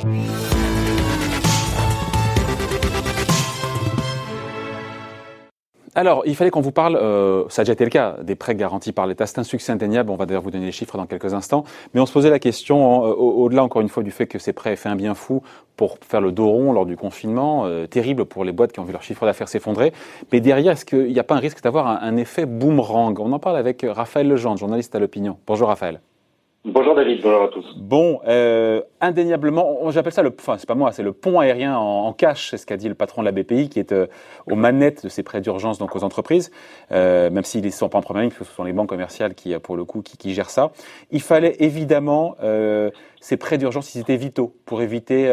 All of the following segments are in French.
Alors, il fallait qu'on vous parle, ça a déjà été le cas, des prêts garantis par l'État. C'est un succès indéniable, on va d'ailleurs vous donner les chiffres dans quelques instants. Mais on se posait la question, au-delà encore une fois du fait que ces prêts aient fait un bien fou pour faire le dos rond lors du confinement, terrible pour les boîtes qui ont vu leur chiffre d'affaires s'effondrer. Mais derrière, est-ce qu'il n'y a pas un risque d'avoir un effet boomerang? On en parle avec Raphaël Legendre, journaliste à l'Opinion. Bonjour Raphaël. Bonjour David, bonjour à tous. Bon, indéniablement, j'appelle ça c'est pas moi, c'est le pont aérien en cash, c'est ce qu'a dit le patron de la BPI qui est aux manettes de ces prêts d'urgence donc aux entreprises, même s'ils ne sont pas en première ligne, parce que ce sont les banques commerciales qui, pour le coup, qui gèrent ça. Il fallait évidemment, ces prêts d'urgence, ils étaient vitaux pour éviter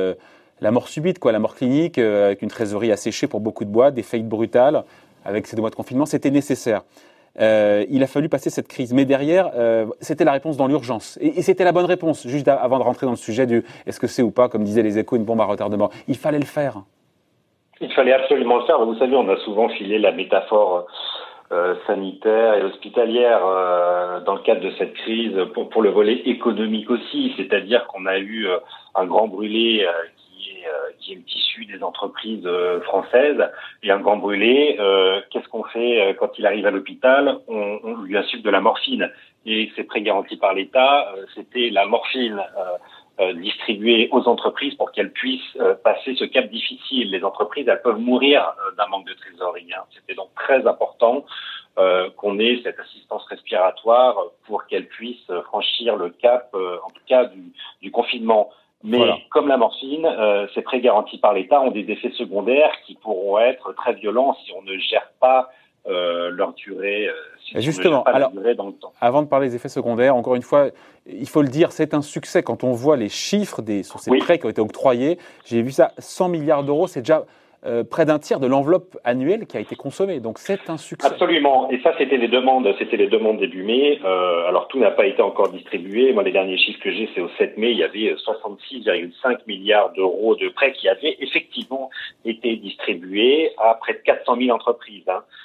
la mort subite, la mort clinique, avec une trésorerie asséchée pour beaucoup de boîtes, des faillites brutales, avec ces 2 mois de confinement, c'était nécessaire. Il a fallu passer cette crise. Mais derrière, c'était la réponse dans l'urgence. Et c'était la bonne réponse, juste avant de rentrer dans le sujet du est-ce que c'est ou pas, comme disaient les Échos, une bombe à retardement. Il fallait le faire. Il fallait absolument le faire. Vous savez, on a souvent filé la métaphore sanitaire et hospitalière dans le cadre de cette crise pour le volet économique aussi. C'est-à-dire qu'on a eu un grand brûlé qui est issu des entreprises françaises. Et un grand brûlé, qu'est-ce qu'on fait quand il arrive à l'hôpital? On lui insuffle de la morphine. Et c'est prêt garanti par l'État, c'était la morphine distribuée aux entreprises pour qu'elles puissent passer ce cap difficile. Les entreprises, elles peuvent mourir d'un manque de trésorerie. C'était donc très important qu'on ait cette assistance respiratoire pour qu'elles puissent franchir le cap, en tout cas, du confinement. Mais voilà. Comme la morphine, ces prêts garantis par l'État ont des effets secondaires qui pourront être très violents si on ne gère pas leur durée, justement, alors, durée dans le temps. Avant de parler des effets secondaires, encore une fois, il faut le dire, c'est un succès quand on voit les chiffres sur ces prêts qui ont été octroyés. J'ai vu ça, 100 milliards d'euros, c'est déjà près d'un tiers de l'enveloppe annuelle qui a été consommée. Donc c'est un succès. Absolument. Et ça, c'était les demandes début mai. Alors tout n'a pas été encore distribué. Moi, les derniers chiffres que j'ai, c'est au 7 mai, il y avait 66,5 milliards d'euros de prêts qui avaient effectivement été distribués à près de 400 000 entreprises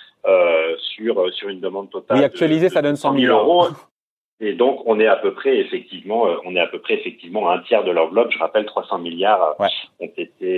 sur une demande totale. Oui, actualisé, ça donne 100 000 euros. Et donc, on est à peu près effectivement à un tiers de l'enveloppe. Je rappelle, 300 milliards ont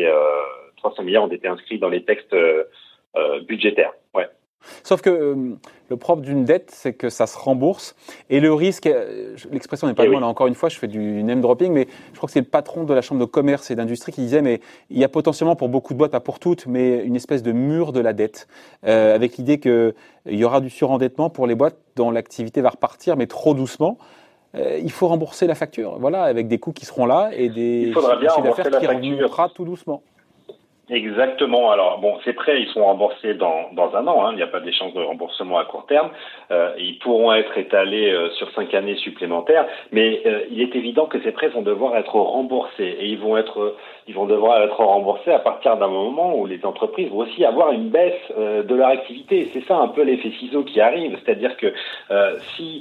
été inscrits dans les textes budgétaires. Ouais. Sauf que le propre d'une dette, c'est que ça se rembourse. Et le risque, l'expression n'est pas loin, là encore une fois, je fais du name dropping, mais je crois que c'est le patron de la Chambre de commerce et d'industrie qui disait, mais il y a potentiellement pour beaucoup de boîtes, pas pour toutes, mais une espèce de mur de la dette, avec l'idée qu'il y aura du surendettement pour les boîtes dont l'activité va repartir, mais trop doucement. Il faut rembourser la facture, voilà, avec des coûts qui seront là et des chiffres d'affaires qui reviendront tout doucement. Exactement. Alors bon, ces prêts, ils sont remboursés dans un an. Il n'y a pas d'échéance de remboursement à court terme. Ils pourront être étalés sur 5 années supplémentaires. Mais il est évident que ces prêts vont devoir être remboursés et ils vont devoir être remboursés à partir d'un moment où les entreprises vont aussi avoir une baisse de leur activité. C'est ça un peu l'effet ciseau qui arrive. C'est-à-dire que si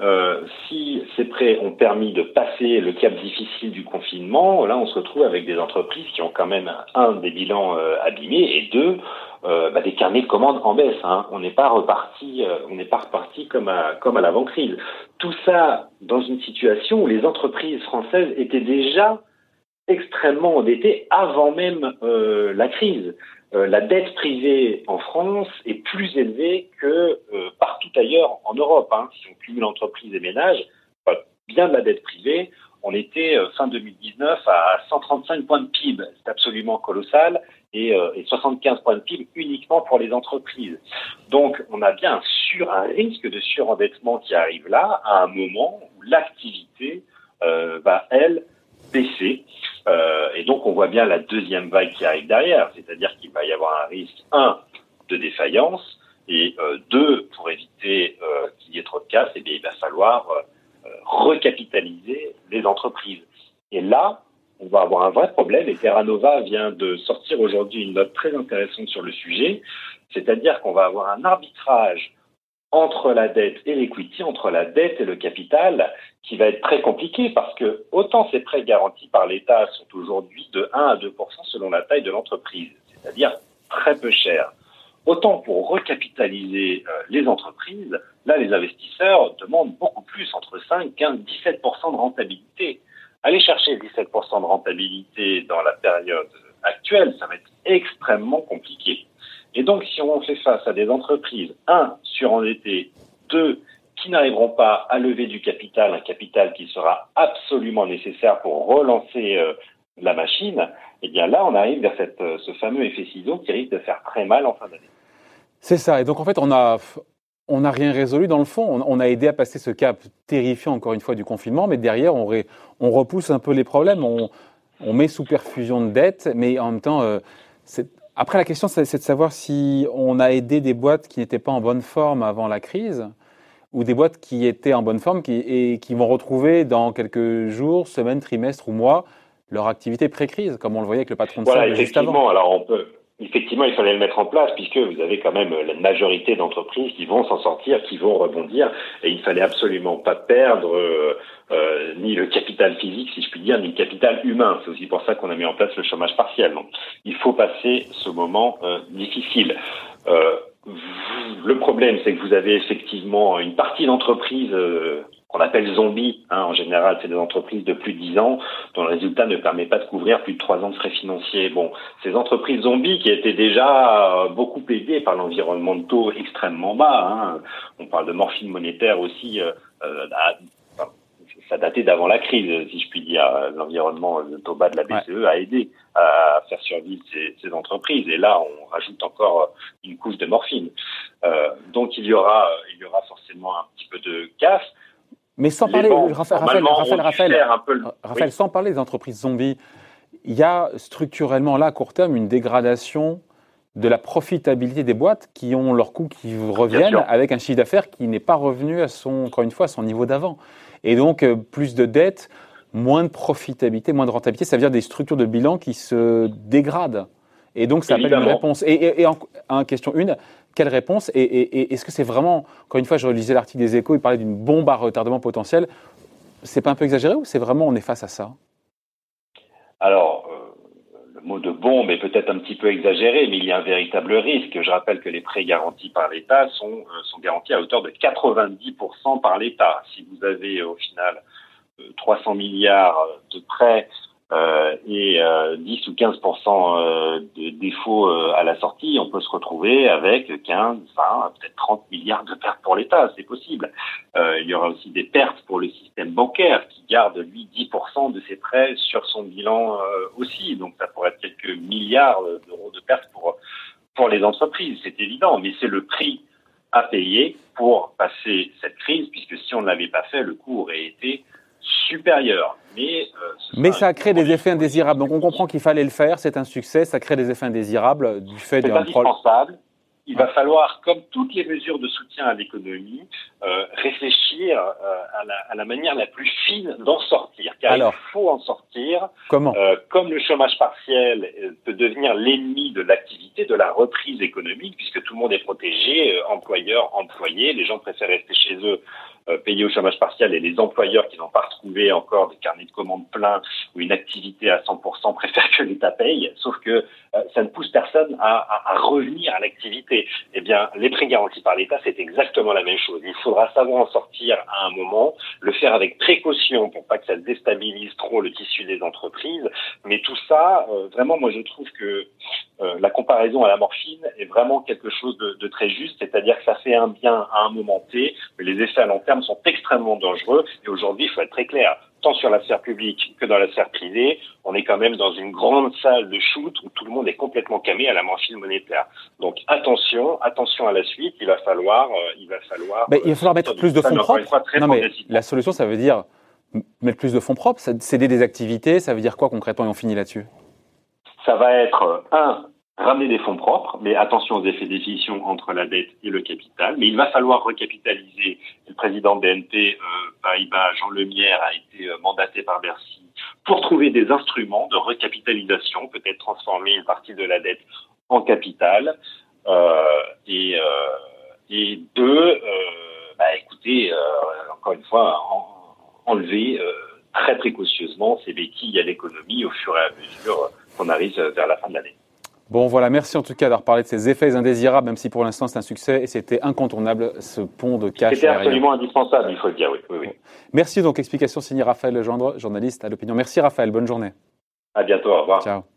ces prêts ont permis de passer le cap difficile du confinement, là on se retrouve avec des entreprises qui ont quand même des bilans abîmés et des carnets de commandes en baisse. On n'est pas reparti comme à l'avant-crise. Tout ça dans une situation où les entreprises françaises étaient déjà extrêmement endettées avant même la crise. La dette privée en France est plus élevée que partout ailleurs en Europe. Si on cumule entreprises et ménages, bien de la dette privée, on était fin 2019 à 135 points de PIB. C'est absolument colossal et 75 points de PIB uniquement pour les entreprises. Donc on a bien un risque de surendettement qui arrive là à un moment où l'activité va, elle, baisser. Et donc, on voit bien la deuxième vague qui arrive derrière, c'est-à-dire qu'il va y avoir un risque, 1, de défaillance, et 2, pour éviter qu'il y ait trop de casse, il va falloir recapitaliser les entreprises. Et là, on va avoir un vrai problème, et Terra Nova vient de sortir aujourd'hui une note très intéressante sur le sujet, c'est-à-dire qu'on va avoir un arbitrage entre la dette et l'equity, entre la dette et le capital, qui va être très compliqué parce que autant ces prêts garantis par l'État sont aujourd'hui de 1 à 2% selon la taille de l'entreprise, c'est-à-dire très peu cher. Autant pour recapitaliser les entreprises, là les investisseurs demandent beaucoup plus, entre 5, 15, 17% de rentabilité. Aller chercher 17% de rentabilité dans la période actuelle, ça va être extrêmement compliqué. Et donc, si on fait face à des entreprises, surendettées, qui n'arriveront pas à lever du capital, un capital qui sera absolument nécessaire pour relancer la machine, eh bien là, on arrive vers ce fameux effet ciseau qui risque de faire très mal en fin d'année. C'est ça. Et donc, en fait, on n'a rien résolu dans le fond. On a aidé à passer ce cap terrifiant, encore une fois, du confinement, mais derrière, on repousse un peu les problèmes. On met sous perfusion de dettes, mais en même temps, après, la question, c'est de savoir si on a aidé des boîtes qui n'étaient pas en bonne forme avant la crise, ou des boîtes qui étaient en bonne forme et qui vont retrouver dans quelques jours, semaines, trimestres ou mois leur activité pré-crise, comme on le voyait avec le patron de Voilà, sable juste avant. alors effectivement, il fallait le mettre en place puisque vous avez quand même la majorité d'entreprises qui vont s'en sortir, qui vont rebondir, et il fallait absolument pas perdre ni le capital physique, si je puis dire, ni le capital humain. C'est aussi pour ça qu'on a mis en place le chômage partiel. Donc, il faut passer ce moment difficile. Le problème, c'est que vous avez effectivement une partie d'entreprises qu'on appelle zombies. En général, c'est des entreprises de plus de 10 ans dont le résultat ne permet pas de couvrir plus de 3 ans de frais financiers. Bon, ces entreprises zombies qui étaient déjà beaucoup aidées par l'environnement de taux extrêmement bas. On parle de morphine monétaire aussi. Ça datait d'avant la crise, si je puis dire. L'environnement de taux bas de la BCE a aidé à faire survivre ces entreprises. Et là, on rajoute encore une couche de morphine. Donc, il y aura forcément un petit peu de casse. Mais sans parler, Raphaël, sans parler des entreprises zombies, il y a structurellement là, à court terme, une dégradation de la profitabilité des boîtes qui ont leurs coûts qui reviennent avec un chiffre d'affaires qui n'est pas revenu encore une fois, à son niveau d'avant. Et donc, plus de dettes, moins de profitabilité, moins de rentabilité, ça veut dire des structures de bilan qui se dégradent. Et donc, ça appelle une réponse. Et en question 1, quelle réponse ? Et est-ce que c'est vraiment, encore une fois, je relisais l'article des Échos, il parlait d'une bombe à retardement potentiel. C'est pas un peu exagéré ou c'est vraiment on est face à ça ? Alors, le mot de bombe est peut-être un petit peu exagéré, mais il y a un véritable risque. Je rappelle que les prêts garantis par l'État sont garantis à hauteur de 90% par l'État. Si vous avez au final 300 milliards de prêts et 10 ou 15% de défauts à la sortie, on peut se retrouver avec 15, 20, peut-être 30 milliards de pertes pour l'État, c'est possible. Il y aura aussi des pertes pour le système bancaire qui garde, lui, 10% de ses prêts sur son bilan aussi. Donc ça pourrait être quelques milliards d'euros de pertes pour les entreprises, c'est évident, mais c'est le prix à payer pour passer cette crise, puisque si on ne l'avait pas fait, le coût aurait été supérieur. Mais ça crée des effets indésirables. Donc on comprend qu'il fallait le faire, c'est un succès, ça crée des effets indésirables du fait d'un problème. C'est indispensable. Il va falloir, comme toutes les mesures de soutien à l'économie, réfléchir à la manière la plus fine d'en sortir. Car il faut en sortir. Comment ? Comme le chômage partiel peut devenir l'ennemi de l'activité, de la reprise économique, puisque tout le monde est protégé, employeurs, employés, les gens préfèrent rester chez eux, payés au chômage partiel, et les employeurs qui n'ont pas retrouvé encore des carnets de commandes pleins ou une activité à 100% préfèrent que l'État paye, sauf que ça ne pousse personne à revenir à l'activité. Eh bien, les prêts garantis par l'État, c'est exactement la même chose. Il faudra savoir en sortir à un moment, le faire avec précaution pour pas que ça déstabilise trop le tissu des entreprises. Mais tout ça, vraiment, moi je trouve que la comparaison à la morphine est vraiment quelque chose de très juste, c'est-à-dire que ça fait un bien à un moment T, mais les effets à long terme sont extrêmement dangereux. Et aujourd'hui, il faut être très clair, tant sur la sphère publique que dans la sphère privée, on est quand même dans une grande salle de shoot où tout le monde est complètement camé à la morphine monétaire. Donc attention à la suite, il va falloir mettre plus de fonds propres. Non, mais la solution, ça veut dire mettre plus de fonds propres, céder des activités, ça veut dire quoi concrètement, et on finit là-dessus ? Ça va être, ramener des fonds propres, mais attention aux effets d'efficience entre la dette et le capital. Mais il va falloir recapitaliser. Le président de BNP Paribas, Jean Lemierre, a été mandaté par Bercy pour trouver des instruments de recapitalisation, peut-être transformer une partie de la dette en capital. Et deux, écoutez, encore une fois, enlever très précautionneusement ces béquilles à l'économie au fur et à mesure qu'on arrive vers la fin de l'année. Bon, voilà, merci en tout cas d'avoir parlé de ces effets indésirables, même si pour l'instant c'est un succès et c'était incontournable, ce pont de cash. C'était absolument indispensable, il faut le dire, oui. Merci donc, explication signée Raphaël Legendre, journaliste à l'Opinion. Merci Raphaël, bonne journée. À bientôt, au revoir. Ciao.